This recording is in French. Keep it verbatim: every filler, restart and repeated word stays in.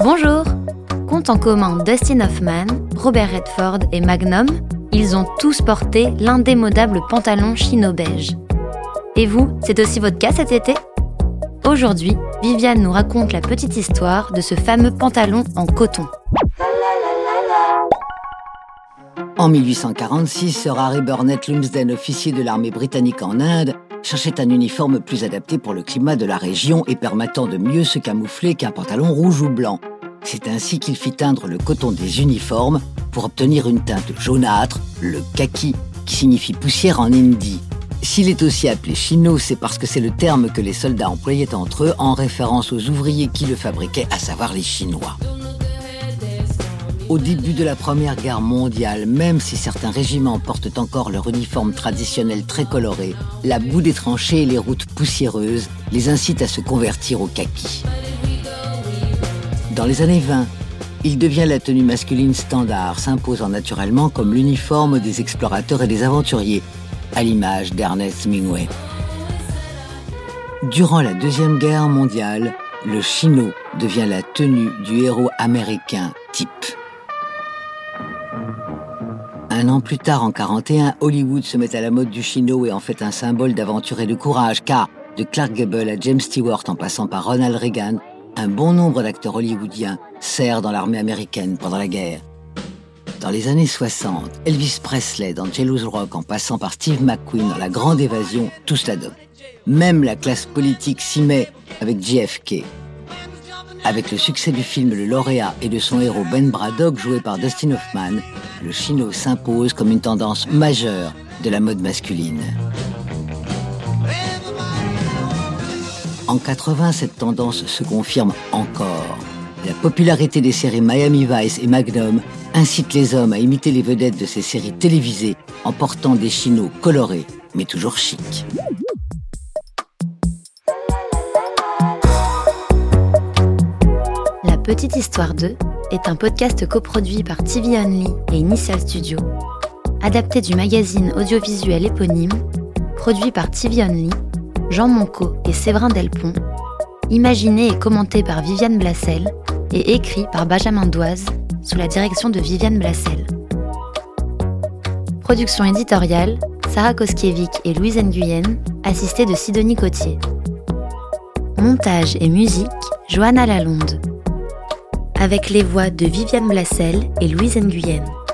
Bonjour! Compte en commun Dustin Hoffman, Robert Redford et Magnum, ils ont tous porté l'indémodable pantalon chino beige. Et vous, c'est aussi votre cas cet été? Aujourd'hui, Viviane nous raconte la petite histoire de ce fameux pantalon en coton. En mille huit cent quarante-six, Sir Harry Burnett Lumsden, officier de l'armée britannique en Inde, cherchait un uniforme plus adapté pour le climat de la région et permettant de mieux se camoufler qu'un pantalon rouge ou blanc. C'est ainsi qu'il fit teindre le coton des uniformes pour obtenir une teinte jaunâtre, le kaki, qui signifie poussière en hindi. S'il est aussi appelé chino, c'est parce que c'est le terme que les soldats employaient entre eux en référence aux ouvriers qui le fabriquaient, à savoir les Chinois. Au début de la Première Guerre mondiale, même si certains régiments portent encore leur uniforme traditionnel très coloré, la boue des tranchées et les routes poussiéreuses les incitent à se convertir au kaki. Dans les années vingt, il devient la tenue masculine standard, s'imposant naturellement comme l'uniforme des explorateurs et des aventuriers, à l'image d'Ernest Hemingway. Durant la Deuxième Guerre mondiale, le chino devient la tenue du héros américain type. Un an plus tard, en quarante et un, Hollywood se met à la mode du chino et en fait un symbole d'aventure et de courage, car, de Clark Gable à James Stewart en passant par Ronald Reagan, un bon nombre d'acteurs hollywoodiens servent dans l'armée américaine pendant la guerre. Dans les années soixante, Elvis Presley dans Jailhouse Rock en passant par Steve McQueen dans La Grande Évasion, tous l'adoptent. Même la classe politique s'y met avec J F K. Avec le succès du film Le Lauréat et de son héros Ben Braddock joué par Dustin Hoffman, le chino s'impose comme une tendance majeure de la mode masculine. En quatre-vingts, cette tendance se confirme encore. La popularité des séries Miami Vice et Magnum incite les hommes à imiter les vedettes de ces séries télévisées en portant des chinos colorés, mais toujours chics. La Petite Histoire deux est un podcast coproduit par T V Only et Initial Studio, adapté du magazine audiovisuel éponyme, produit par T V Only, Jean Monco et Séverin Delpont, imaginé et commenté par Viviane Blassel et écrit par Benjamin Doise sous la direction de Viviane Blassel. Production éditoriale, Sarah Koskiewicz et Louise Nguyen, assistée de Sidonie Cotier. Montage et musique, Johanna Lalonde. Avec les voix de Viviane Blassel et Louise Nguyen.